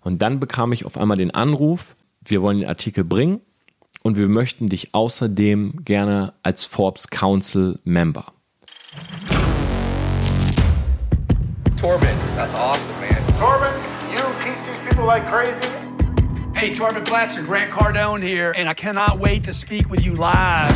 Und dann bekam ich auf einmal den Anruf, wir wollen den Artikel bringen und wir möchten dich außerdem gerne als Forbes Council Member. Torben, that's awesome, man. Torben, you teach these people like crazy? Hey, Torben Blatcher, Grant Cardone here, and I cannot wait to speak with you live.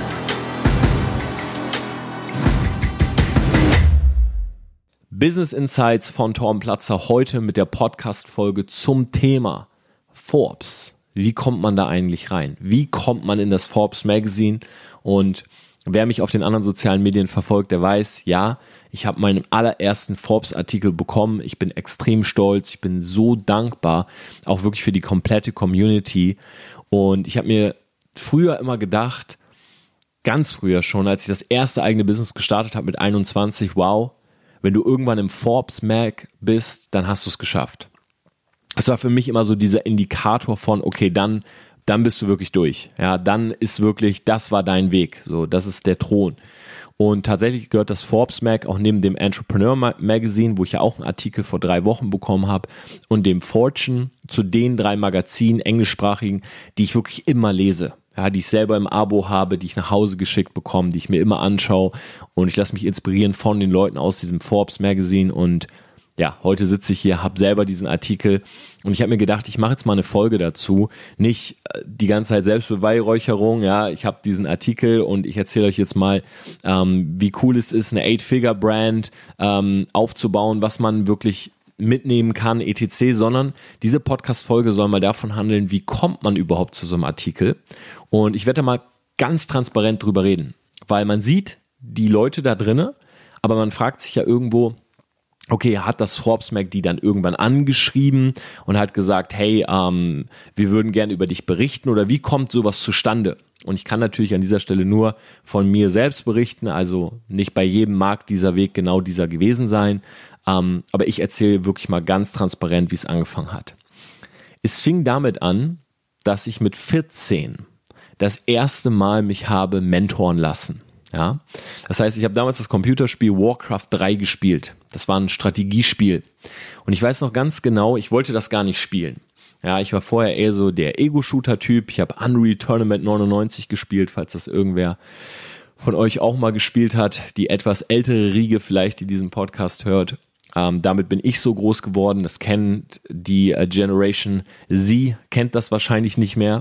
Business Insights von Torben Platzer heute mit der Podcast-Folge zum Thema Forbes. Wie kommt man da eigentlich rein? Wie kommt man in das Forbes Magazine? Und wer mich auf den anderen sozialen Medien verfolgt, der weiß, ja, ich habe meinen allerersten Forbes-Artikel bekommen. Ich bin extrem stolz. Ich bin so dankbar, auch wirklich für die komplette Community. Und ich habe mir früher immer gedacht, ganz früher schon, als ich das erste eigene Business gestartet habe mit 21, wow, wenn du irgendwann im Forbes Mag bist, dann hast du es geschafft. Das war für mich immer so dieser Indikator von, okay, dann bist du wirklich durch. Ja, dann ist wirklich, das war dein Weg. So, das ist der Thron. Und tatsächlich gehört das Forbes Mag auch neben dem Entrepreneur Magazine, wo ich ja auch einen Artikel vor 3 Wochen bekommen habe, und dem Fortune zu den 3 Magazinen, englischsprachigen, die ich wirklich immer lese. Ja, die ich selber im Abo habe, die ich nach Hause geschickt bekomme, die ich mir immer anschaue, und ich lasse mich inspirieren von den Leuten aus diesem Forbes Magazine. Und ja, heute sitze ich hier, habe selber diesen Artikel und ich habe mir gedacht, ich mache jetzt mal eine Folge dazu. Nicht die ganze Zeit Selbstbeweihräucherung, ja, ich habe diesen Artikel und ich erzähle euch jetzt mal, wie cool es ist, eine 8-Figure-Brand aufzubauen, was man wirklich mitnehmen kann, etc., sondern diese Podcast-Folge soll mal davon handeln, wie kommt man überhaupt zu so einem Artikel. Und ich werde da mal ganz transparent drüber reden, weil man sieht die Leute da drinne, aber man fragt sich ja irgendwo, okay, hat das Forbes Mag die dann irgendwann angeschrieben und hat gesagt, hey, wir würden gerne über dich berichten, oder wie kommt sowas zustande? Und ich kann natürlich an dieser Stelle nur von mir selbst berichten, also nicht bei jedem mag dieser Weg genau dieser gewesen sein, aber ich erzähle wirklich mal ganz transparent, wie es angefangen hat. Es fing damit an, dass ich mit 14 das erste Mal mich habe mentoren lassen. Ja, das heißt, ich habe damals das Computerspiel Warcraft 3 gespielt. Das war ein Strategiespiel. Und ich weiß noch ganz genau, ich wollte das gar nicht spielen. Ja, ich war vorher eher so der Ego-Shooter-Typ. Ich habe Unreal Tournament 99 gespielt, falls das irgendwer von euch auch mal gespielt hat. Die etwas ältere Riege vielleicht, die diesen Podcast hört. Damit bin ich so groß geworden. Das kennt die Generation Z, kennt das wahrscheinlich nicht mehr.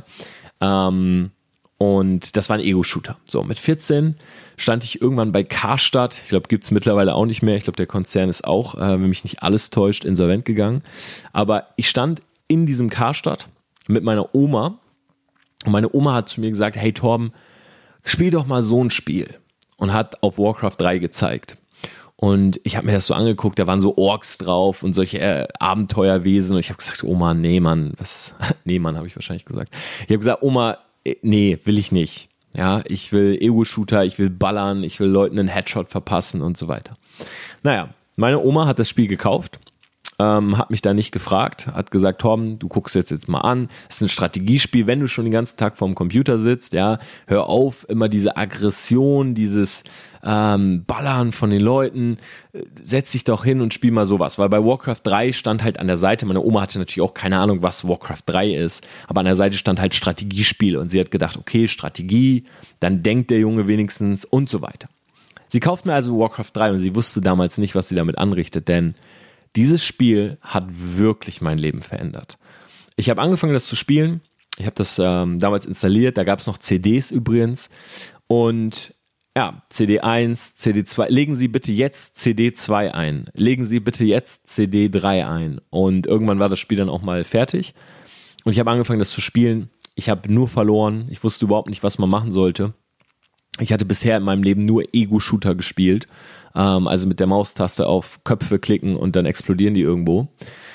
Und das war ein Ego-Shooter. So, mit 14 stand ich irgendwann bei Karstadt. Ich glaube, gibt es mittlerweile auch nicht mehr. Ich glaube, der Konzern ist auch, wenn mich nicht alles täuscht, insolvent gegangen. Aber ich stand in diesem Karstadt mit meiner Oma. Und meine Oma hat zu mir gesagt, hey Torben, spiel doch mal so ein Spiel. Und hat auf Warcraft 3 gezeigt. Und ich habe mir das so angeguckt, da waren so Orks drauf und solche Abenteuerwesen. Und ich habe gesagt, Oma, nee, Mann, nee, Mann, habe ich wahrscheinlich gesagt. Ich habe gesagt, Oma, nee, will ich nicht. Ja, ich will Ego-Shooter, ich will ballern, ich will Leuten einen Headshot verpassen und so weiter. Naja, meine Oma hat das Spiel gekauft, hat mich da nicht gefragt, hat gesagt, Torben, du guckst jetzt mal an, das ist ein Strategiespiel, wenn du schon den ganzen Tag vorm Computer sitzt, ja, hör auf, immer diese Aggression, dieses Ballern von den Leuten, setz dich doch hin und spiel mal sowas, weil bei Warcraft 3 stand halt an der Seite, meine Oma hatte natürlich auch keine Ahnung, was Warcraft 3 ist, aber an der Seite stand halt Strategiespiel und sie hat gedacht, okay, Strategie, dann denkt der Junge wenigstens und so weiter. Sie kauft mir also Warcraft 3 und sie wusste damals nicht, was sie damit anrichtet, denn dieses Spiel hat wirklich mein Leben verändert. Ich habe angefangen, das zu spielen. Ich habe das damals installiert. Da gab es noch CDs übrigens. Und ja, CD 1, CD 2. Legen Sie bitte jetzt CD 2 ein. Legen Sie bitte jetzt CD 3 ein. Und irgendwann war das Spiel dann auch mal fertig. Und ich habe angefangen, das zu spielen. Ich habe nur verloren. Ich wusste überhaupt nicht, was man machen sollte. Ich hatte bisher in meinem Leben nur Ego-Shooter gespielt. Also mit der Maustaste auf Köpfe klicken und dann explodieren die irgendwo.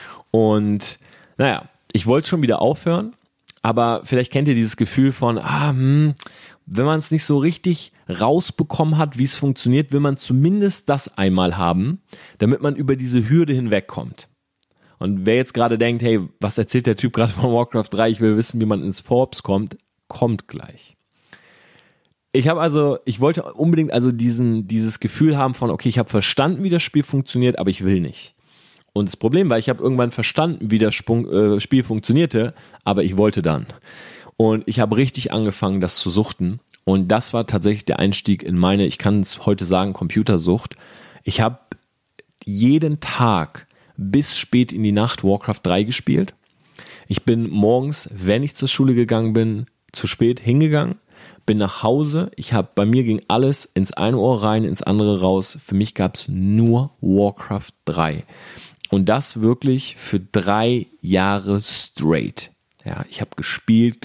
Und naja, ich wollte schon wieder aufhören, aber vielleicht kennt ihr dieses Gefühl von, wenn man es nicht so richtig rausbekommen hat, wie es funktioniert, will man zumindest das einmal haben, damit man über diese Hürde hinwegkommt. Und wer jetzt gerade denkt, hey, was erzählt der Typ gerade von Warcraft 3, ich will wissen, wie man ins Forbes kommt, kommt gleich. Ich wollte unbedingt also dieses Gefühl haben von, okay, ich habe verstanden, wie das Spiel funktioniert, aber ich will nicht. Und das Problem war, ich habe irgendwann verstanden, wie das Spiel funktionierte, aber ich wollte dann. Und ich habe richtig angefangen, das zu suchten. Und das war tatsächlich der Einstieg in meine, ich kann es heute sagen, Computersucht. Ich habe jeden Tag bis spät in die Nacht Warcraft 3 gespielt. Ich bin morgens, wenn ich zur Schule gegangen bin, zu spät hingegangen, bin nach Hause. Bei mir ging alles ins eine Ohr rein, ins andere raus. Für mich gab es nur Warcraft 3. Und das wirklich für 3 Jahre straight. Ja, ich habe gespielt.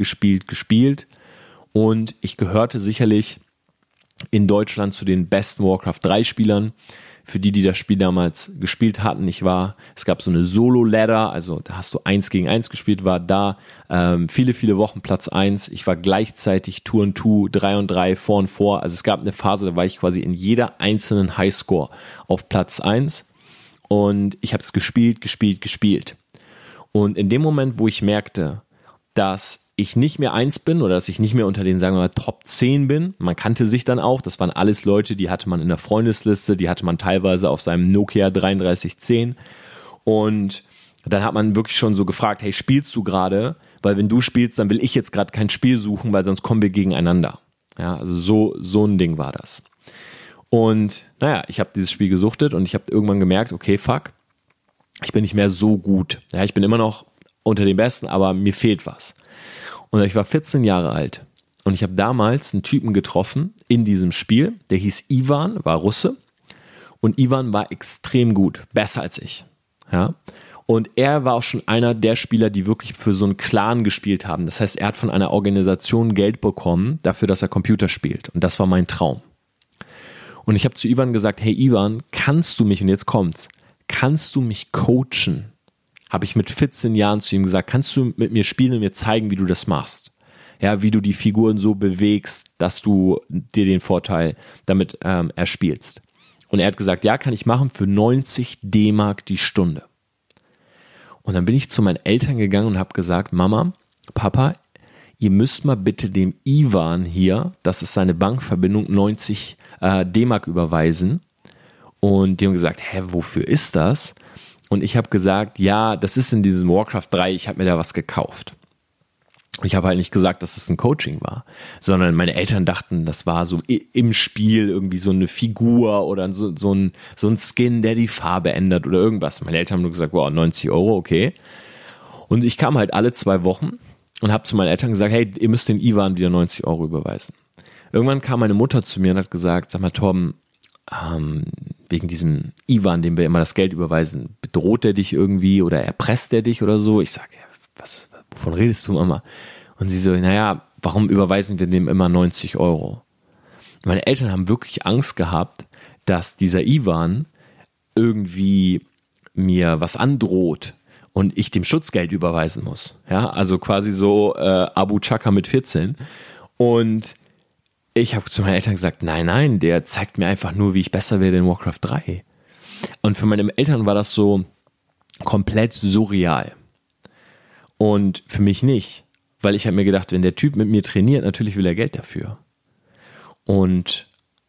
Und ich gehörte sicherlich in Deutschland zu den besten Warcraft 3 Spielern. Für die das Spiel damals gespielt hatten, es gab so eine Solo-Ladder, also da hast du 1 gegen 1 gespielt, war da viele Wochen Platz 1. Ich war gleichzeitig 2 und 2, 3 und 3, 4 und 4. Also es gab eine Phase, da war ich quasi in jeder einzelnen Highscore auf Platz 1. Und ich habe es gespielt. Und in dem Moment, wo ich merkte, dass ich nicht mehr 1 bin oder dass ich nicht mehr unter den, sagen wir mal, Top 10 bin, man kannte sich dann auch, das waren alles Leute, die hatte man in der Freundesliste, die hatte man teilweise auf seinem Nokia 3310 und dann hat man wirklich schon so gefragt, hey, spielst du gerade? Weil wenn du spielst, dann will ich jetzt gerade kein Spiel suchen, weil sonst kommen wir gegeneinander. Ja, also so ein Ding war das. Und naja, ich habe dieses Spiel gesuchtet und ich habe irgendwann gemerkt, okay, fuck, ich bin nicht mehr so gut. Ja, ich bin immer noch unter den Besten, aber mir fehlt was. Und ich war 14 Jahre alt und ich habe damals einen Typen getroffen in diesem Spiel, der hieß Ivan, war Russe und Ivan war extrem gut, besser als ich. Ja? Und er war auch schon einer der Spieler, die wirklich für so einen Clan gespielt haben. Das heißt, er hat von einer Organisation Geld bekommen dafür, dass er Computer spielt und das war mein Traum. Und ich habe zu Ivan gesagt, hey Ivan, kannst du mich, und jetzt kommt's, kannst du mich coachen? Habe ich mit 14 Jahren zu ihm gesagt, kannst du mit mir spielen und mir zeigen, wie du das machst? Ja, wie du die Figuren so bewegst, dass du dir den Vorteil damit erspielst. Und er hat gesagt, ja, kann ich machen für 90 D-Mark die Stunde. Und dann bin ich zu meinen Eltern gegangen und habe gesagt, Mama, Papa, ihr müsst mal bitte dem Ivan hier, das ist seine Bankverbindung, 90 D-Mark überweisen. Und die haben gesagt, wofür ist das? Und ich habe gesagt, ja, das ist in diesem Warcraft 3, ich habe mir da was gekauft. Und ich habe halt nicht gesagt, dass es ein Coaching war, sondern meine Eltern dachten, das war so im Spiel irgendwie so eine Figur oder so ein Skin, der die Farbe ändert oder irgendwas. Meine Eltern haben nur gesagt, wow, 90 Euro, okay. Und ich kam halt alle 2 Wochen und habe zu meinen Eltern gesagt, hey, ihr müsst den Ivan wieder 90 Euro überweisen. Irgendwann kam meine Mutter zu mir und hat gesagt, sag mal Torben, wegen diesem Ivan, dem wir immer das Geld überweisen, bedroht er dich irgendwie oder erpresst er dich oder so? Ich sage, wovon redest du, Mama? Und sie so, naja, warum überweisen wir dem immer 90 Euro? Und meine Eltern haben wirklich Angst gehabt, dass dieser Ivan irgendwie mir was androht und ich dem Schutzgeld überweisen muss. Ja, also quasi so Abu Chaka mit 14. Und ich habe zu meinen Eltern gesagt, nein, der zeigt mir einfach nur, wie ich besser werde in Warcraft 3. Und für meine Eltern war das so komplett surreal. Und für mich nicht, weil ich habe mir gedacht, wenn der Typ mit mir trainiert, natürlich will er Geld dafür. Und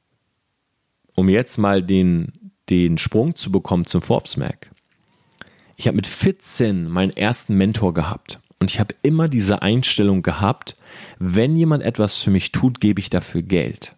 um jetzt mal den Sprung zu bekommen zum Forbes Mag. Ich habe mit 14 meinen ersten Mentor gehabt. Und ich habe immer diese Einstellung gehabt, wenn jemand etwas für mich tut, gebe ich dafür Geld.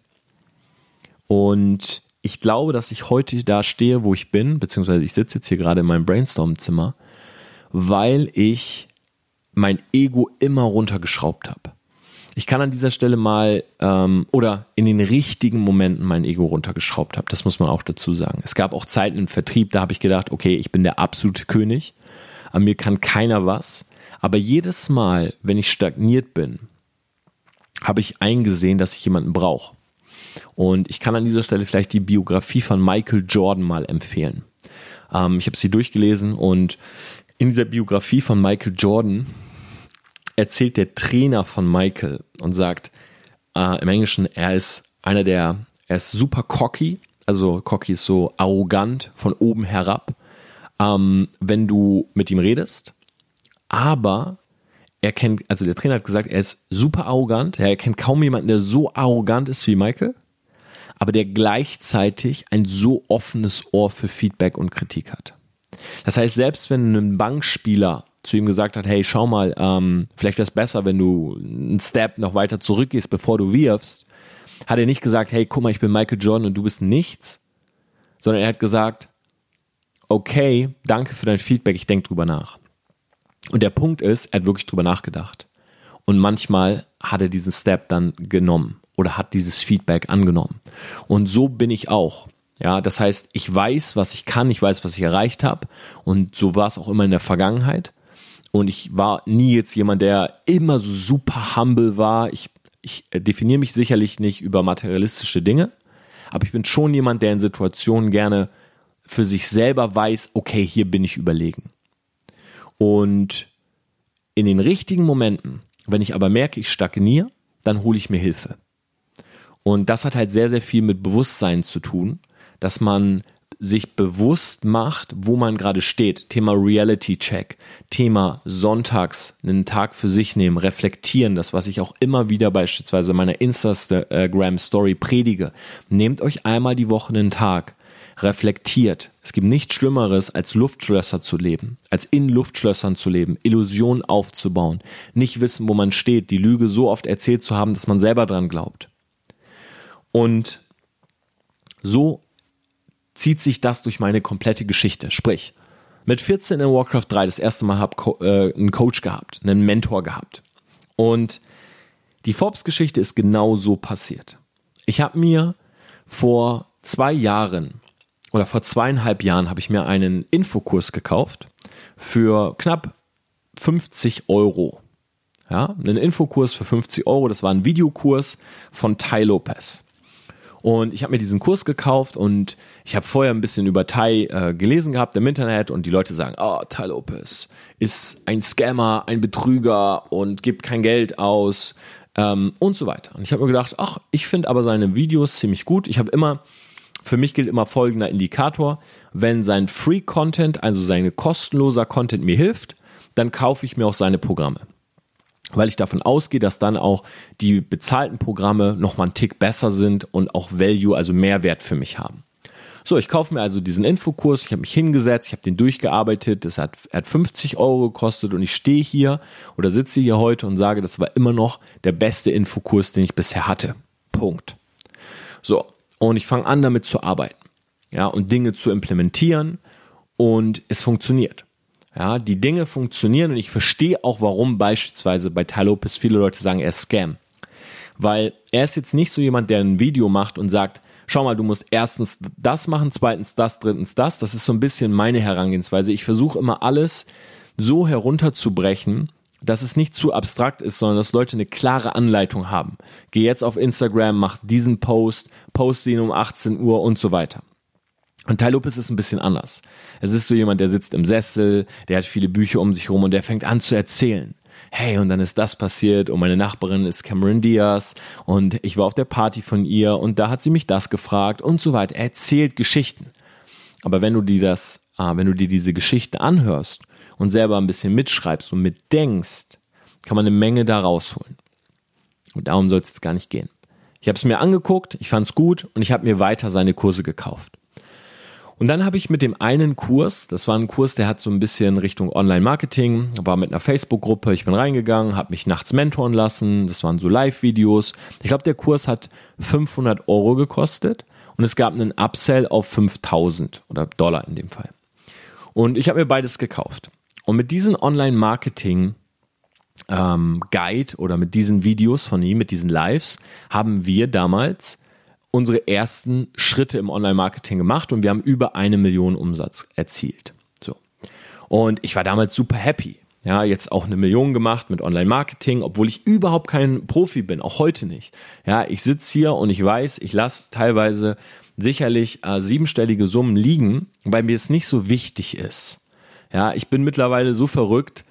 Und ich glaube, dass ich heute da stehe, wo ich bin, beziehungsweise ich sitze jetzt hier gerade in meinem Brainstorm-Zimmer, weil ich mein Ego immer runtergeschraubt habe. Ich kann an dieser Stelle mal oder in den richtigen Momenten mein Ego runtergeschraubt habe. Das muss man auch dazu sagen. Es gab auch Zeiten im Vertrieb, da habe ich gedacht, okay, ich bin der absolute König, an mir kann keiner was. Aber jedes Mal, wenn ich stagniert bin, habe ich eingesehen, dass ich jemanden brauche. Und ich kann an dieser Stelle vielleicht die Biografie von Michael Jordan mal empfehlen. Ich habe sie durchgelesen und in dieser Biografie von Michael Jordan erzählt der Trainer von Michael und sagt im Englischen, er ist super cocky, also cocky ist so arrogant von oben herab, wenn du mit ihm redest. Aber der Trainer hat gesagt, er ist super arrogant. Er kennt kaum jemanden, der so arrogant ist wie Michael, aber der gleichzeitig ein so offenes Ohr für Feedback und Kritik hat. Das heißt, selbst wenn ein Bankspieler zu ihm gesagt hat, hey, schau mal, vielleicht wäre es besser, wenn du einen Step noch weiter zurückgehst, bevor du wirfst, hat er nicht gesagt, hey, guck mal, ich bin Michael Jordan und du bist nichts, sondern er hat gesagt, okay, danke für dein Feedback, ich denke drüber nach. Und der Punkt ist, er hat wirklich drüber nachgedacht. Und manchmal hat er diesen Step dann genommen oder hat dieses Feedback angenommen. Und so bin ich auch. Ja, das heißt, ich weiß, was ich kann, ich weiß, was ich erreicht habe. Und so war es auch immer in der Vergangenheit. Und ich war nie jetzt jemand, der immer so super humble war. Ich definiere mich sicherlich nicht über materialistische Dinge, aber ich bin schon jemand, der in Situationen gerne für sich selber weiß, okay, hier bin ich überlegen. Und in den richtigen Momenten, wenn ich aber merke, ich stagniere, dann hole ich mir Hilfe. Und das hat halt sehr, sehr viel mit Bewusstsein zu tun, dass man sich bewusst macht, wo man gerade steht. Thema Reality-Check, Thema sonntags einen Tag für sich nehmen, reflektieren, das, was ich auch immer wieder beispielsweise in meiner Instagram-Story predige. Nehmt euch einmal die Woche einen Tag, reflektiert. Es gibt nichts Schlimmeres, als Luftschlösser zu leben, als in Luftschlössern zu leben, Illusionen aufzubauen, nicht wissen, wo man steht, die Lüge so oft erzählt zu haben, dass man selber dran glaubt. Und so zieht sich das durch meine komplette Geschichte. Sprich, mit 14 in Warcraft 3 das erste Mal habe einen Coach gehabt, einen Mentor gehabt. Und die Forbes-Geschichte ist genau so passiert. Ich habe mir vor 2 Jahren oder vor 2,5 Jahren habe ich mir einen Infokurs gekauft für knapp 50 €. Ja, einen Infokurs für 50 €, das war ein Videokurs von Tai Lopez. Und ich habe mir diesen Kurs gekauft und ich habe vorher ein bisschen über Tai gelesen gehabt im Internet und die Leute sagen, Tai Lopez ist ein Scammer, ein Betrüger und gibt kein Geld aus und so weiter. Und ich habe mir gedacht, ich finde aber seine Videos ziemlich gut. Für mich gilt immer folgender Indikator, wenn sein Free-Content, also sein kostenloser Content mir hilft, dann kaufe ich mir auch seine Programme. Weil ich davon ausgehe, dass dann auch die bezahlten Programme nochmal einen Tick besser sind und auch Value, also Mehrwert für mich haben. So, ich kaufe mir also diesen Infokurs, ich habe mich hingesetzt, ich habe den durchgearbeitet, er hat 50 € gekostet und ich stehe hier oder sitze hier heute und sage, das war immer noch der beste Infokurs, den ich bisher hatte. Punkt. So, und ich fange an, damit zu arbeiten, ja, und Dinge zu implementieren und es funktioniert. Ja, die Dinge funktionieren und ich verstehe auch, warum beispielsweise bei Tai Lopez viele Leute sagen, er ist Scam. Weil er ist jetzt nicht so jemand, der ein Video macht und sagt, schau mal, du musst erstens das machen, zweitens das, drittens das. Das ist so ein bisschen meine Herangehensweise. Ich versuche immer alles so herunterzubrechen, dass es nicht zu abstrakt ist, sondern dass Leute eine klare Anleitung haben. Geh jetzt auf Instagram, mach diesen Post, poste ihn um 18 Uhr und so weiter. Und Tai Lopez ist ein bisschen anders. Es ist so jemand, der sitzt im Sessel, der hat viele Bücher um sich herum und der fängt an zu erzählen. Hey, und dann ist das passiert und meine Nachbarin ist Cameron Diaz und ich war auf der Party von ihr und da hat sie mich das gefragt und so weiter. Er erzählt Geschichten. Aber wenn du dir diese Geschichten anhörst und selber ein bisschen mitschreibst und mitdenkst, kann man eine Menge da rausholen. Und darum soll es jetzt gar nicht gehen. Ich habe es mir angeguckt, ich fand es gut und ich habe mir weiter seine Kurse gekauft. Und dann habe ich mit dem einen Kurs, das war ein Kurs, der hat so ein bisschen Richtung Online-Marketing, war mit einer Facebook-Gruppe, ich bin reingegangen, habe mich nachts mentoren lassen, das waren so Live-Videos. Ich glaube, der Kurs hat 500 € gekostet und es gab einen Upsell auf 5.000 oder Dollar in dem Fall. Und ich habe mir beides gekauft. Und mit diesem Online-Marketing Guide oder mit diesen Videos von ihm, mit diesen Lives, haben wir damals unsere ersten Schritte im Online-Marketing gemacht und wir haben über 1 Million Umsatz erzielt. So. Und ich war damals super happy. Ja, jetzt auch 1 Million gemacht mit Online-Marketing, obwohl ich überhaupt kein Profi bin, auch heute nicht. Ja, ich sitze hier und ich weiß, ich lasse teilweise sicherlich 7-stellige Summen liegen, weil mir es nicht so wichtig ist. Ja, ich bin mittlerweile so verrückt,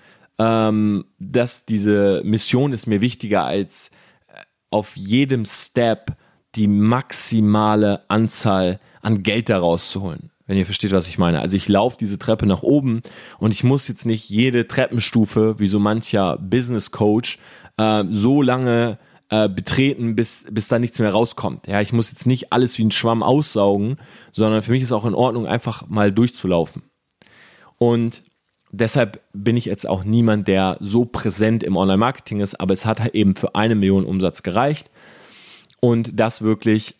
dass diese Mission ist mir wichtiger als auf jedem Step die maximale Anzahl an Geld da rauszuholen, wenn ihr versteht, was ich meine. Also ich laufe diese Treppe nach oben und ich muss jetzt nicht jede Treppenstufe, wie so mancher Business Coach, so lange betreten, bis da nichts mehr rauskommt. Ja, ich muss jetzt nicht alles wie ein Schwamm aussaugen, sondern für mich ist auch in Ordnung, einfach mal durchzulaufen. Und deshalb bin ich jetzt auch niemand, der so präsent im Online-Marketing ist, aber es hat halt eben für 1 Million Umsatz gereicht und das wirklich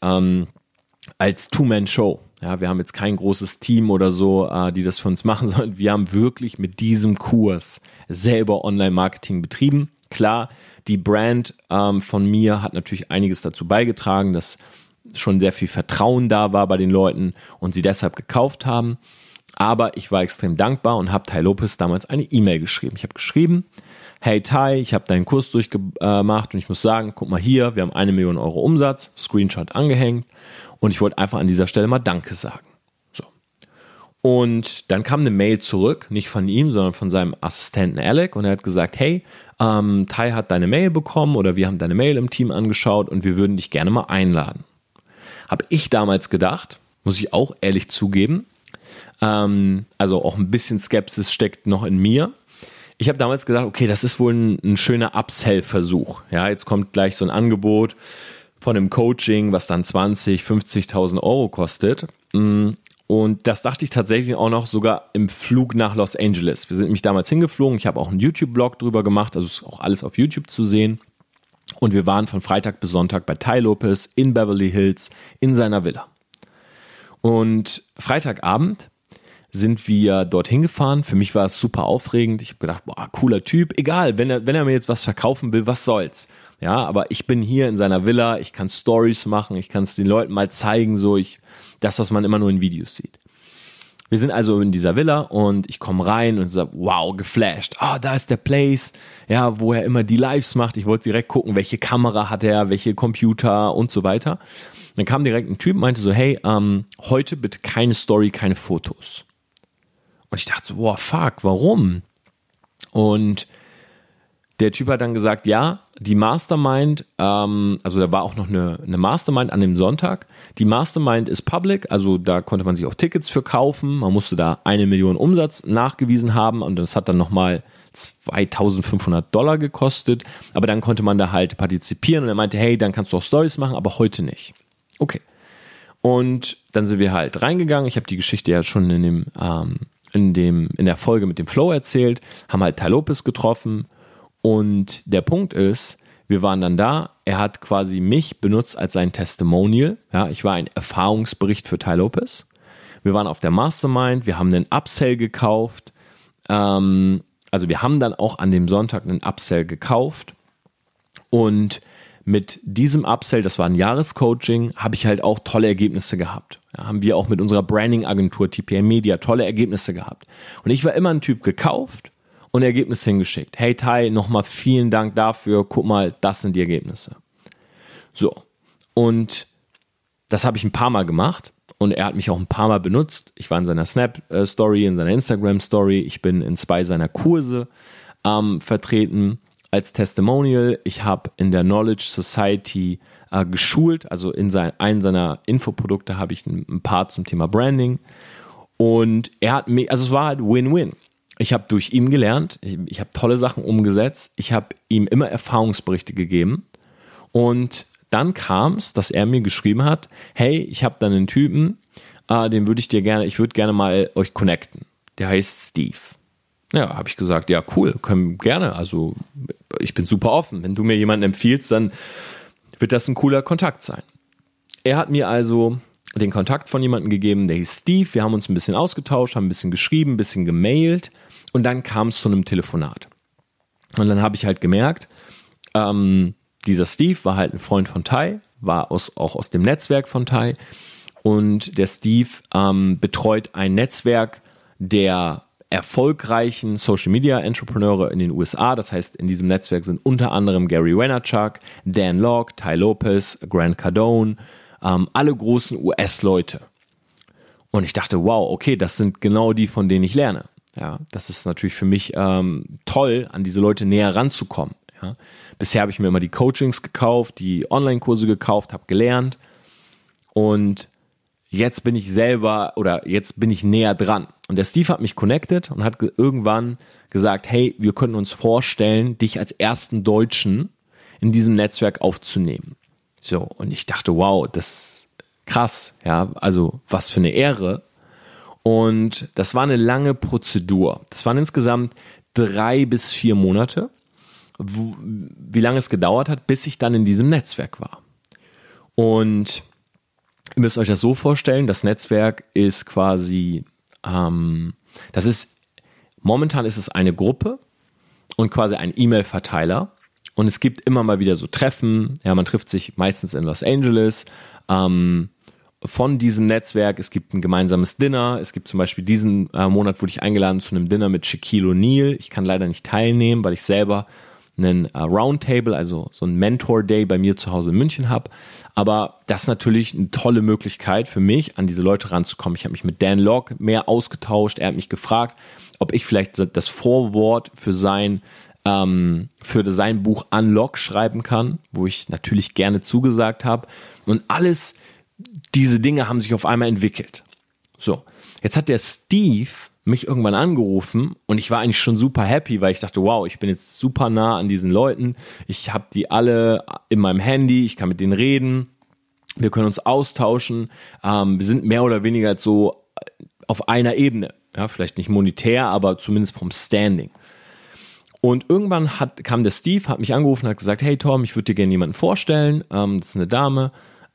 als Two-Man-Show. Ja, wir haben jetzt kein großes Team oder so, die das für uns machen, sondern wir haben wirklich mit diesem Kurs selber Online-Marketing betrieben. Klar, die Brand von mir hat natürlich einiges dazu beigetragen, dass schon sehr viel Vertrauen da war bei den Leuten und sie deshalb gekauft haben. Aber ich war extrem dankbar und habe Tai Lopez damals eine E-Mail geschrieben. Ich habe geschrieben, hey Tai, ich habe deinen Kurs durchgemacht und ich muss sagen, guck mal hier, wir haben 1 Million Euro Umsatz, Screenshot angehängt und ich wollte einfach an dieser Stelle mal Danke sagen. So. Und dann kam eine Mail zurück, nicht von ihm, sondern von seinem Assistenten Alec und er hat gesagt, hey, Tai hat deine Mail bekommen oder wir haben deine Mail im Team angeschaut und wir würden dich gerne mal einladen. Habe ich damals gedacht, muss ich auch ehrlich zugeben, also auch ein bisschen Skepsis steckt noch in mir. Ich habe damals gedacht, okay, das ist wohl ein schöner Upsell-Versuch. Ja, jetzt kommt gleich so ein Angebot von einem Coaching, was dann 20.000, 50.000 Euro kostet. Und das dachte ich tatsächlich auch noch sogar im Flug nach Los Angeles. Wir sind nämlich damals hingeflogen. Ich habe auch einen YouTube-Blog drüber gemacht, also ist auch alles auf YouTube zu sehen. Und wir waren von Freitag bis Sonntag bei Tai Lopez in Beverly Hills in seiner Villa. Und Freitagabend sind wir dorthin gefahren. Für mich war es super aufregend. Ich habe gedacht, boah, cooler Typ. Egal, wenn er mir jetzt was verkaufen will, was soll's. Ja, aber ich bin hier in seiner Villa, ich kann Stories machen, ich kann es den Leuten mal zeigen, das, was man immer nur in Videos sieht. Wir sind also in dieser Villa und ich komme rein und sage, wow, geflasht. Da ist der Place, ja, wo er immer die Lives macht. Ich wollte direkt gucken, welche Kamera hat er, welche Computer und so weiter. Dann kam direkt ein Typ und meinte so, hey, heute bitte keine Story, keine Fotos. Und ich dachte so, boah, fuck, warum? Und der Typ hat dann gesagt, ja, die Mastermind, also da war auch noch eine Mastermind an dem Sonntag. Die Mastermind ist public, also da konnte man sich auch Tickets für kaufen. Man musste da 1 Million Umsatz nachgewiesen haben und das hat dann nochmal $2.500 gekostet. Aber dann konnte man da halt partizipieren und er meinte, hey, dann kannst du auch Stories machen, aber heute nicht. Okay. Und dann sind wir halt reingegangen. Ich habe die Geschichte ja schon in der Folge mit dem Flow erzählt, haben halt Tai Lopez getroffen und der Punkt ist, wir waren dann da, er hat quasi mich benutzt als sein Testimonial, ja, ich war ein Erfahrungsbericht für Tai Lopez, wir waren auf der Mastermind, wir haben einen Upsell gekauft, also wir haben dann auch an dem Sonntag einen Upsell gekauft und mit diesem Upsell, das war ein Jahrescoaching, habe ich halt auch tolle Ergebnisse gehabt. Ja, haben wir auch mit unserer Branding-Agentur TPA Media tolle Ergebnisse gehabt. Und ich war immer ein Typ gekauft und Ergebnisse hingeschickt. Hey Tai, nochmal vielen Dank dafür. Guck mal, das sind die Ergebnisse. So, und das habe ich ein paar Mal gemacht und er hat mich auch ein paar Mal benutzt. Ich war in seiner Snap-Story, in seiner Instagram-Story. Ich bin in 2 seiner Kurse vertreten als Testimonial. Ich habe in der Knowledge Society geschult, also in einen seiner Infoprodukte habe ich ein Part zum Thema Branding und er hat mich, also es war halt Win-Win. Ich habe durch ihn gelernt, ich habe tolle Sachen umgesetzt, ich habe ihm immer Erfahrungsberichte gegeben und dann kam es, dass er mir geschrieben hat, hey, ich habe da einen Typen, den ich würde gerne mal euch connecten. Der heißt Steve. Ja, habe ich gesagt, ja cool, können gerne, also ich bin super offen. Wenn du mir jemanden empfiehlst, dann wird das ein cooler Kontakt sein. Er hat mir also den Kontakt von jemandem gegeben, der hieß Steve, wir haben uns ein bisschen ausgetauscht, haben ein bisschen geschrieben, ein bisschen gemailt und dann kam es zu einem Telefonat. Und dann habe ich halt gemerkt, dieser Steve war halt ein Freund von Tai, war auch aus dem Netzwerk von Tai und der Steve betreut ein Netzwerk der erfolgreichen Social Media Entrepreneure in den USA. Das heißt, in diesem Netzwerk sind unter anderem Gary Vaynerchuk, Dan Lok, Tai Lopez, Grant Cardone, alle großen US-Leute. Und ich dachte, wow, okay, das sind genau die, von denen ich lerne. Ja, das ist natürlich für mich toll, an diese Leute näher ranzukommen. Ja. Bisher habe ich mir immer die Coachings gekauft, die Online-Kurse gekauft, habe gelernt und jetzt bin ich näher dran. Und der Steve hat mich connected und hat irgendwann gesagt, hey, wir könnten uns vorstellen, dich als ersten Deutschen in diesem Netzwerk aufzunehmen. So, und ich dachte, wow, das ist krass, ja, also was für eine Ehre. Und das war eine lange Prozedur. Das waren insgesamt 3 bis 4 Monate, wie lange es gedauert hat, bis ich dann in diesem Netzwerk war. Und ihr müsst euch das so vorstellen, das Netzwerk ist quasi, momentan ist es eine Gruppe und quasi ein E-Mail-Verteiler. Und es gibt immer mal wieder so Treffen. Ja, man trifft sich meistens in Los Angeles. Von diesem Netzwerk, es gibt ein gemeinsames Dinner. Es gibt zum Beispiel diesen Monat wurde ich eingeladen zu einem Dinner mit Shaquille O'Neal. Ich kann leider nicht teilnehmen, weil ich selber einen Roundtable, also so ein Mentor-Day bei mir zu Hause in München habe. Aber das ist natürlich eine tolle Möglichkeit für mich, an diese Leute ranzukommen. Ich habe mich mit Dan Lok mehr ausgetauscht. Er hat mich gefragt, ob ich vielleicht das Vorwort für sein Buch Unlock schreiben kann, wo ich natürlich gerne zugesagt habe. Und alles diese Dinge haben sich auf einmal entwickelt. So, jetzt hat der Steve mich irgendwann angerufen und ich war eigentlich schon super happy, weil ich dachte, wow, ich bin jetzt super nah an diesen Leuten. Ich habe die alle in meinem Handy, ich kann mit denen reden, wir können uns austauschen. Wir sind mehr oder weniger so auf einer Ebene. Ja, vielleicht nicht monetär, aber zumindest vom Standing. Und irgendwann kam der Steve, hat mich angerufen und hat gesagt, hey Tom, ich würde dir gerne jemanden vorstellen. Das ist eine Dame,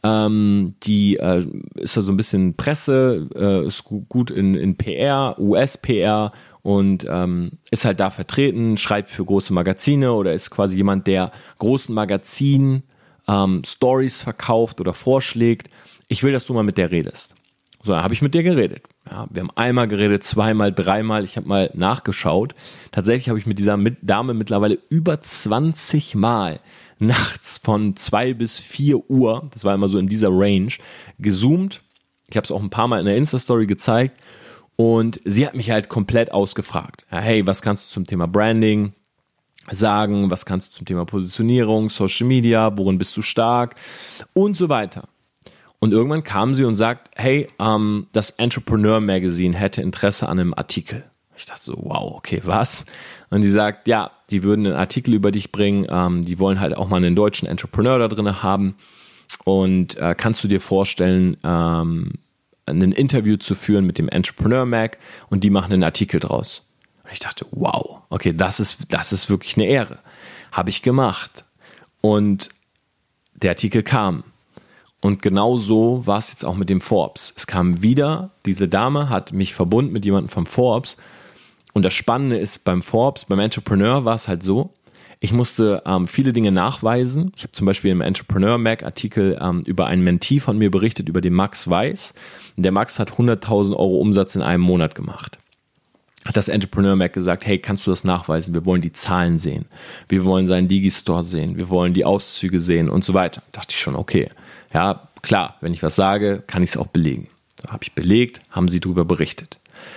die ist ja so ein bisschen Presse, ist gut in PR, US-PR und ist halt da vertreten, schreibt für große Magazine oder ist quasi jemand, der großen Magazinen Stories verkauft oder vorschlägt. Ich will, dass du mal mit der redest. So, dann habe ich mit der geredet. Ja, wir haben einmal geredet, zweimal, dreimal. Ich habe mal nachgeschaut. Tatsächlich habe ich mit dieser Dame mittlerweile über 20 Mal nachts von 2 bis 4 Uhr, das war immer so in dieser Range, gezoomt. Ich habe es auch ein paar Mal in der Insta-Story gezeigt. Und sie hat mich halt komplett ausgefragt. Ja, hey, was kannst du zum Thema Branding sagen? Was kannst du zum Thema Positionierung, Social Media? Worin bist du stark? Und so weiter. Und irgendwann kam sie und sagt, hey, das Entrepreneur Magazine hätte Interesse an einem Artikel. Ich dachte so, wow, okay, was? Und die sagt, ja, die würden einen Artikel über dich bringen, die wollen halt auch mal einen deutschen Entrepreneur da drin haben. Und kannst du dir vorstellen, ein Interview zu führen mit dem Entrepreneur Mag und die machen einen Artikel draus. Und ich dachte, wow, okay, das ist wirklich eine Ehre. Habe ich gemacht. Und der Artikel kam. Und genau so war es jetzt auch mit dem Forbes. Es kam wieder, diese Dame hat mich verbunden mit jemandem vom Forbes. Und das Spannende ist beim Forbes, beim Entrepreneur war es halt so, ich musste viele Dinge nachweisen. Ich habe zum Beispiel im Entrepreneur Mag Artikel über einen Mentee von mir berichtet, über den Max Weiß. Und der Max hat 100.000 Euro Umsatz in einem Monat gemacht. Hat das Entrepreneur Mag gesagt, hey, kannst du das nachweisen? Wir wollen die Zahlen sehen. Wir wollen seinen Digistore sehen. Wir wollen die Auszüge sehen und so weiter. Da dachte ich schon, okay. Ja, klar, wenn ich was sage, kann ich es auch belegen. Da habe ich belegt, haben sie darüber berichtet.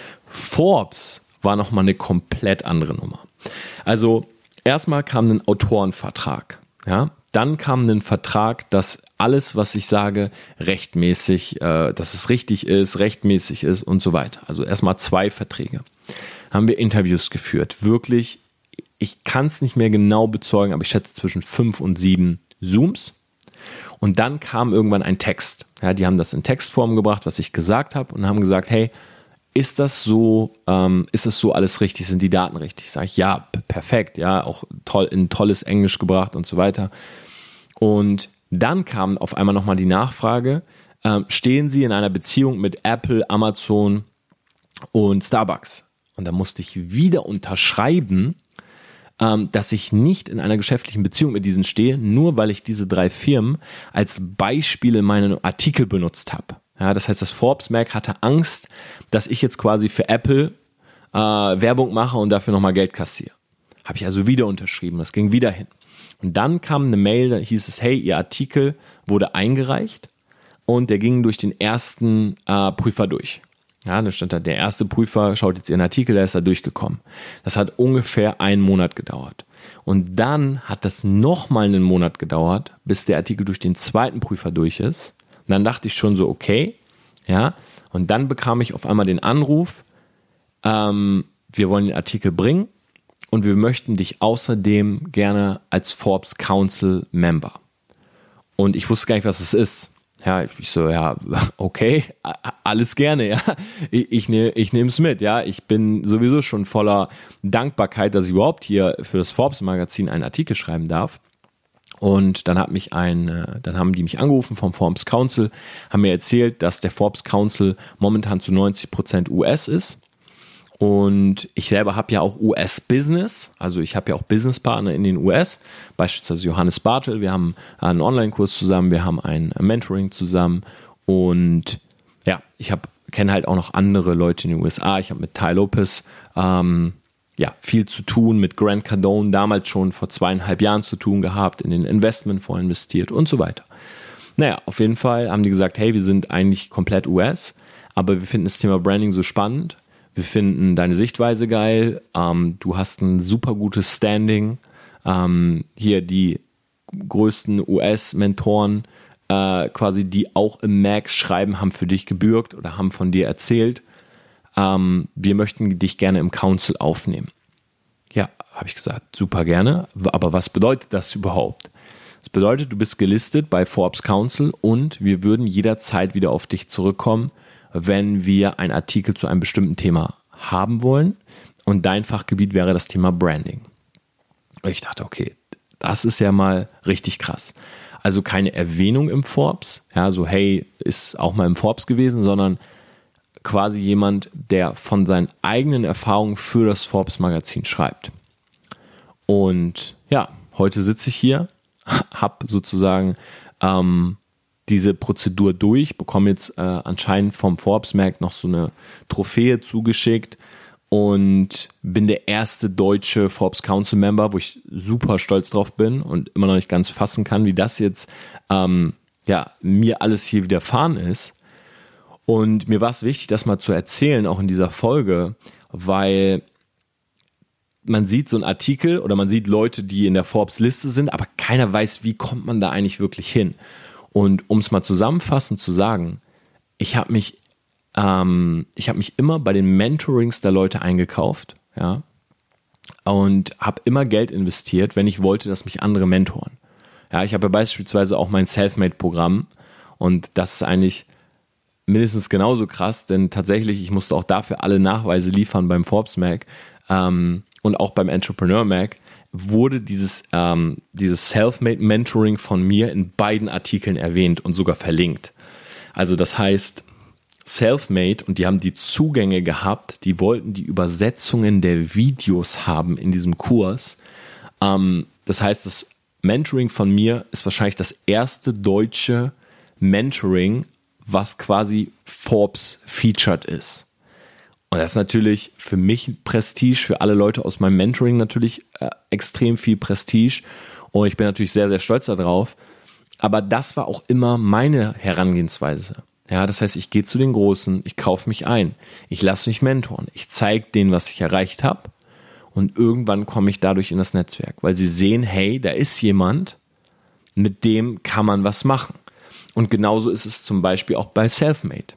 Forbes war nochmal eine komplett andere Nummer. Also erstmal kam ein Autorenvertrag. Ja? Dann kam ein Vertrag, dass alles, was ich sage, rechtmäßig, dass es richtig ist, rechtmäßig ist und so weiter. Also erstmal 2 Verträge. Haben wir Interviews geführt. Wirklich, ich kann es nicht mehr genau bezeugen, aber ich schätze zwischen 5 und 7 Zooms. Und dann kam irgendwann ein Text. Ja, die haben das in Textform gebracht, was ich gesagt habe, und haben gesagt, hey, ist das so alles richtig? Sind die Daten richtig? Sag ich, ja, perfekt, ja, auch toll, in tolles Englisch gebracht und so weiter. Und dann kam auf einmal nochmal die Nachfrage, stehen Sie in einer Beziehung mit Apple, Amazon und Starbucks? Und da musste ich wieder unterschreiben, dass ich nicht in einer geschäftlichen Beziehung mit diesen stehe, nur weil ich diese 3 Firmen als Beispiel in meinem Artikel benutzt habe. Ja, das heißt, das Forbes Mag hatte Angst, dass ich jetzt quasi für Apple Werbung mache und dafür nochmal Geld kassiere. Habe ich also wieder unterschrieben, das ging wieder hin. Und dann kam eine Mail, da hieß es, hey, Ihr Artikel wurde eingereicht und der ging durch den ersten Prüfer durch. Ja, da stand da, der erste Prüfer schaut jetzt Ihren Artikel, der ist da durchgekommen. Das hat ungefähr 1 Monat gedauert. Und dann hat das nochmal einen Monat gedauert, bis der Artikel durch den zweiten Prüfer durch ist. Und dann dachte ich schon so, okay, ja. Und dann bekam ich auf einmal den Anruf, wir wollen den Artikel bringen und wir möchten dich außerdem gerne als Forbes Council Member. Und ich wusste gar nicht, was es ist. Ja, ich so, ja, okay, alles gerne, ja. Ich nehme es mit, ja. Ich bin sowieso schon voller Dankbarkeit, dass ich überhaupt hier für das Forbes-Magazin einen Artikel schreiben darf. Und dann haben die mich angerufen vom Forbes Council, haben mir erzählt, dass der Forbes Council momentan zu 90% US ist. Und ich selber habe ja auch US-Business, also ich habe ja auch Businesspartner in den US, beispielsweise Johannes Bartel, wir haben einen Online-Kurs zusammen, wir haben ein Mentoring zusammen und ja, ich kenne halt auch noch andere Leute in den USA, ich habe mit Ty Lopez viel zu tun, mit Grant Cardone damals schon vor 2,5 Jahren zu tun gehabt, in den Investmentfonds investiert und so weiter. Naja, auf jeden Fall haben die gesagt, hey, wir sind eigentlich komplett US, aber wir finden das Thema Branding so spannend. Wir finden deine Sichtweise geil. Du hast ein super gutes Standing. Hier die größten US-Mentoren, quasi die auch im Mag schreiben, haben für dich gebürgt oder haben von dir erzählt. Wir möchten dich gerne im Council aufnehmen. Ja, habe ich gesagt, super gerne. Aber was bedeutet das überhaupt? Das bedeutet, du bist gelistet bei Forbes Council und wir würden jederzeit wieder auf dich zurückkommen, wenn wir einen Artikel zu einem bestimmten Thema haben wollen und dein Fachgebiet wäre das Thema Branding. Und ich dachte, okay, das ist ja mal richtig krass. Also keine Erwähnung im Forbes, ja, so hey, ist auch mal im Forbes gewesen, sondern quasi jemand, der von seinen eigenen Erfahrungen für das Forbes-Magazin schreibt. Und ja, heute sitze ich hier, habe sozusagen diese Prozedur durch, bekomme jetzt anscheinend vom Forbes Mag noch so eine Trophäe zugeschickt und bin der erste deutsche Forbes Council Member, wo ich super stolz drauf bin und immer noch nicht ganz fassen kann, wie das jetzt mir alles hier widerfahren ist. Und mir war es wichtig, das mal zu erzählen, auch in dieser Folge, weil man sieht so einen Artikel oder man sieht Leute, die in der Forbes-Liste sind, aber keiner weiß, wie kommt man da eigentlich wirklich hin. Und um es mal zusammenfassend zu sagen, ich habe mich immer bei den Mentorings der Leute eingekauft, ja, und habe immer Geld investiert, wenn ich wollte, dass mich andere mentoren. Ja, ich habe ja beispielsweise auch mein Selfmade-Programm und das ist eigentlich mindestens genauso krass, denn tatsächlich, ich musste auch dafür alle Nachweise liefern beim Forbes Mag und auch beim Entrepreneur Mag, wurde dieses Selfmade-Mentoring von mir in beiden Artikeln erwähnt und sogar verlinkt. Also das heißt, Selfmade, und die haben die Zugänge gehabt, die wollten die Übersetzungen der Videos haben in diesem Kurs. Das heißt, das Mentoring von mir ist wahrscheinlich das erste deutsche Mentoring, was quasi Forbes featured ist. Und das ist natürlich für mich Prestige, für alle Leute aus meinem Mentoring natürlich extrem viel Prestige. Und ich bin natürlich sehr, sehr stolz darauf. Aber das war auch immer meine Herangehensweise. Ja, das heißt, ich gehe zu den Großen, ich kaufe mich ein, ich lasse mich mentoren, ich zeige denen, was ich erreicht habe. Und irgendwann komme ich dadurch in das Netzwerk, weil sie sehen, hey, da ist jemand, mit dem kann man was machen. Und genauso ist es zum Beispiel auch bei Selfmade.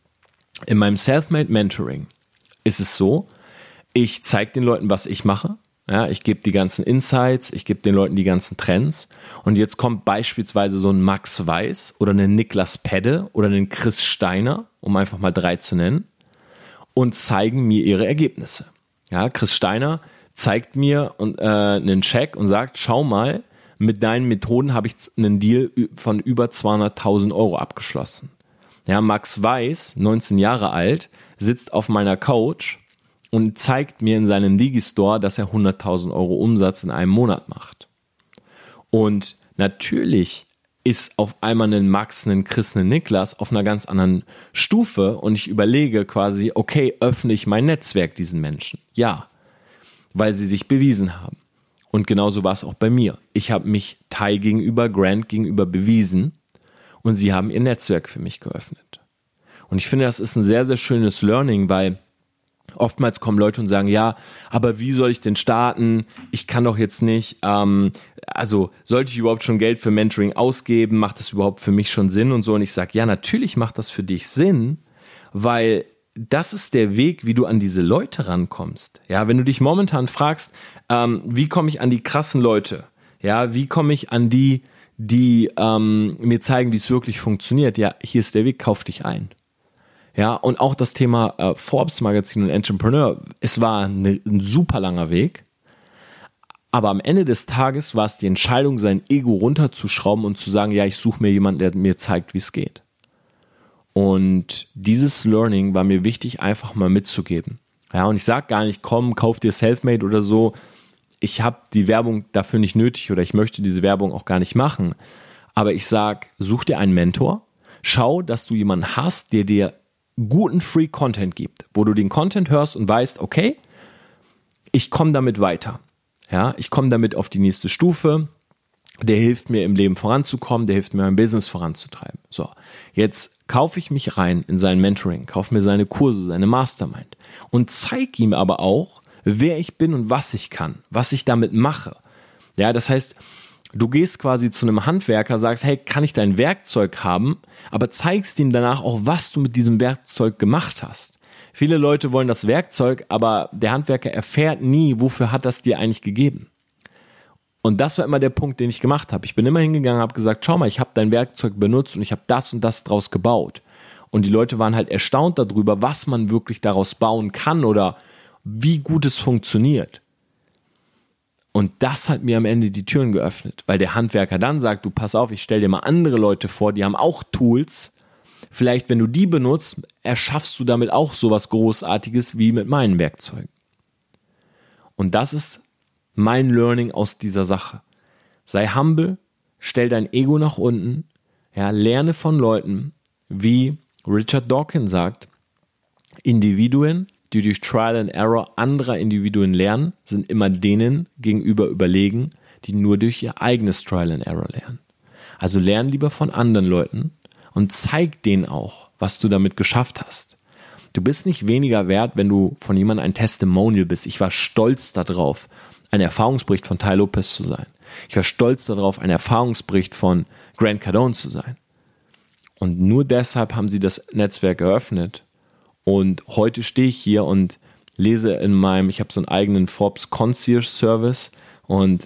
In meinem Selfmade Mentoring ist es so, ich zeige den Leuten, was ich mache. Ja, ich gebe die ganzen Insights, ich gebe den Leuten die ganzen Trends. Und jetzt kommt beispielsweise so ein Max Weiß oder ein Niklas Pedde oder ein Chris Steiner, um einfach mal 3 zu nennen, und zeigen mir ihre Ergebnisse. Ja, Chris Steiner zeigt mir einen Check und sagt, schau mal, mit deinen Methoden habe ich einen Deal von über 200.000 Euro abgeschlossen. Ja, Max Weiß, 19 Jahre alt, sitzt auf meiner Couch und zeigt mir in seinem Digistore, dass er 100.000 Euro Umsatz in einem Monat macht. Und natürlich ist auf einmal ein Max, ein Chris, ein Niklas auf einer ganz anderen Stufe und ich überlege quasi, okay, öffne ich mein Netzwerk diesen Menschen? Ja, weil sie sich bewiesen haben. Und genauso war es auch bei mir. Ich habe mich Ty gegenüber, Grant gegenüber bewiesen und sie haben ihr Netzwerk für mich geöffnet. Und ich finde, das ist ein sehr, sehr schönes Learning, weil oftmals kommen Leute und sagen, ja, aber wie soll ich denn starten? Ich kann doch jetzt nicht, sollte ich überhaupt schon Geld für Mentoring ausgeben? Macht das überhaupt für mich schon Sinn und so? Und ich sage, ja, natürlich macht das für dich Sinn, weil das ist der Weg, wie du an diese Leute rankommst. Ja, wenn du dich momentan fragst, wie komme ich an die krassen Leute? Ja, wie komme ich an die die mir zeigen, wie es wirklich funktioniert. Ja, hier ist der Weg, kauf dich ein. Ja, und auch das Thema Forbes Magazin und Entrepreneur, es war ein super langer Weg, aber am Ende des Tages war es die Entscheidung, sein Ego runterzuschrauben und zu sagen, ja, ich suche mir jemanden, der mir zeigt, wie es geht. Und dieses Learning war mir wichtig, einfach mal mitzugeben. Ja, und ich sage gar nicht, komm, kauf dir Selfmade oder so. Ich habe die Werbung dafür nicht nötig oder ich möchte diese Werbung auch gar nicht machen. Aber ich sage, such dir einen Mentor, schau, dass du jemanden hast, der dir guten Free-Content gibt, wo du den Content hörst und weißt, okay, ich komme damit weiter. Ja, ich komme damit auf die nächste Stufe. Der hilft mir im Leben voranzukommen, der hilft mir mein Business voranzutreiben. So, jetzt kaufe ich mich rein in sein Mentoring, kaufe mir seine Kurse, seine Mastermind und zeige ihm aber auch, wer ich bin und was ich kann, was ich damit mache. Ja, das heißt, du gehst quasi zu einem Handwerker, sagst, hey, kann ich dein Werkzeug haben, aber zeigst ihm danach auch, was du mit diesem Werkzeug gemacht hast. Viele Leute wollen das Werkzeug, aber der Handwerker erfährt nie, wofür hat das dir eigentlich gegeben. Und das war immer der Punkt, den ich gemacht habe. Ich bin immer hingegangen und habe gesagt, schau mal, ich habe dein Werkzeug benutzt und ich habe das und das draus gebaut. Und die Leute waren halt erstaunt darüber, was man wirklich daraus bauen kann oder wie gut es funktioniert. Und das hat mir am Ende die Türen geöffnet, weil der Handwerker dann sagt, du pass auf, ich stelle dir mal andere Leute vor, die haben auch Tools. Vielleicht, wenn du die benutzt, erschaffst du damit auch sowas Großartiges wie mit meinen Werkzeugen. Und das ist mein Learning aus dieser Sache. Sei humble, stell dein Ego nach unten, ja, lerne von Leuten, wie Richard Dawkins sagt, Individuen, die durch Trial and Error anderer Individuen lernen, sind immer denen gegenüber überlegen, die nur durch ihr eigenes Trial and Error lernen. Also lern lieber von anderen Leuten und zeig denen auch, was du damit geschafft hast. Du bist nicht weniger wert, wenn du von jemandem ein Testimonial bist. Ich war stolz darauf, ein Erfahrungsbericht von Tai Lopez zu sein. Ich war stolz darauf, ein Erfahrungsbericht von Grant Cardone zu sein. Und nur deshalb haben sie das Netzwerk eröffnet. Und heute stehe ich hier und lese ich habe so einen eigenen Forbes Concierge Service und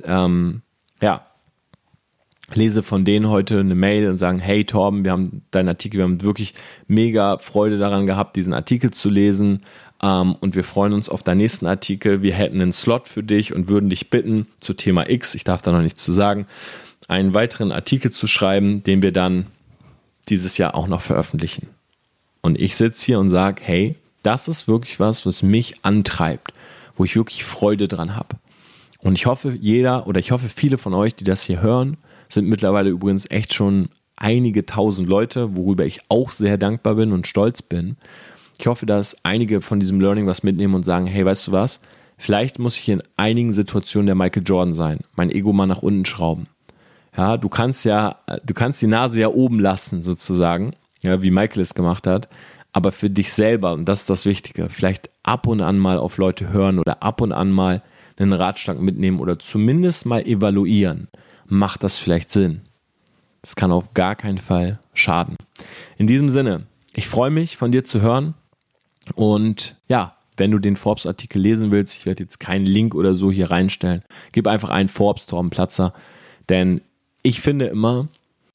lese von denen heute eine Mail und sagen, hey Torben, wir haben deinen Artikel, wir haben wirklich mega Freude daran gehabt, diesen Artikel zu lesen und wir freuen uns auf deinen nächsten Artikel. Wir hätten einen Slot für dich und würden dich bitten, zu Thema X, ich darf da noch nichts zu sagen, einen weiteren Artikel zu schreiben, den wir dann dieses Jahr auch noch veröffentlichen. Und ich sitze hier und sage, hey, das ist wirklich was mich antreibt, wo ich wirklich Freude dran habe. Und ich hoffe, viele von euch, die das hier hören, sind mittlerweile übrigens echt schon einige tausend Leute, worüber ich auch sehr dankbar bin und stolz bin. Ich hoffe, dass einige von diesem Learning was mitnehmen und sagen, hey, weißt du was, vielleicht muss ich in einigen Situationen der Michael Jordan sein, mein Ego mal nach unten schrauben. Ja, du kannst die Nase ja oben lassen sozusagen, ja, wie Michael es gemacht hat, aber für dich selber, und das ist das Wichtige, vielleicht ab und an mal auf Leute hören oder ab und an mal einen Ratschlag mitnehmen oder zumindest mal evaluieren. Macht das vielleicht Sinn? Das kann auf gar keinen Fall schaden. In diesem Sinne, ich freue mich, von dir zu hören und ja, wenn du den Forbes-Artikel lesen willst, ich werde jetzt keinen Link oder so hier reinstellen, gib einfach einen Forbes Torben Platzer, denn ich finde immer,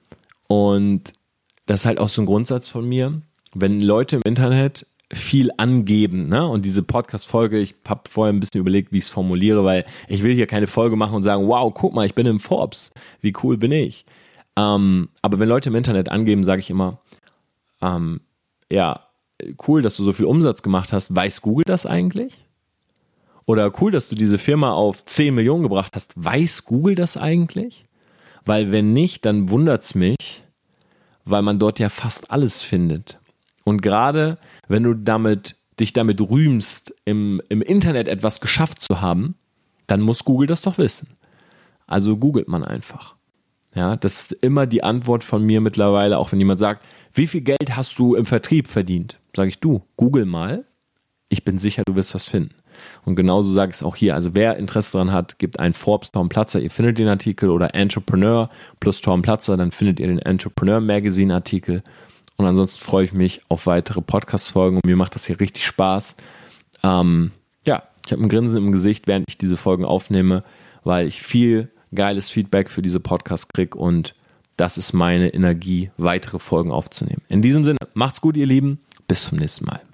und das ist halt auch so ein Grundsatz von mir, wenn Leute im Internet viel angeben, ne? Und diese Podcast-Folge, ich habe vorher ein bisschen überlegt, wie ich es formuliere, weil ich will hier keine Folge machen und sagen, wow, guck mal, ich bin im Forbes, wie cool bin ich. Aber wenn Leute im Internet angeben, sage ich immer, ja, cool, dass du so viel Umsatz gemacht hast, weiß Google das eigentlich? Oder cool, dass du diese Firma auf 10 Millionen gebracht hast, weiß Google das eigentlich? Weil wenn nicht, dann wundert's mich, weil man dort ja fast alles findet. Und gerade wenn du dich damit rühmst, im Internet etwas geschafft zu haben, dann muss Google das doch wissen. Also googelt man einfach. Ja, das ist immer die Antwort von mir mittlerweile, auch wenn jemand sagt, wie viel Geld hast du im Vertrieb verdient? Sage ich, du, google mal. Ich bin sicher, du wirst was finden. Und genauso sage ich es auch hier. Also wer Interesse daran hat, gebt einen Forbes Torben Platzer, ihr findet den Artikel, oder Entrepreneur plus Torben Platzer, dann findet ihr den Entrepreneur Magazine Artikel. Und ansonsten freue ich mich auf weitere Podcast-Folgen und mir macht das hier richtig Spaß. Ich habe ein Grinsen im Gesicht, während ich diese Folgen aufnehme, weil ich viel geiles Feedback für diese Podcasts kriege und das ist meine Energie, weitere Folgen aufzunehmen. In diesem Sinne, macht's gut, ihr Lieben. Bis zum nächsten Mal.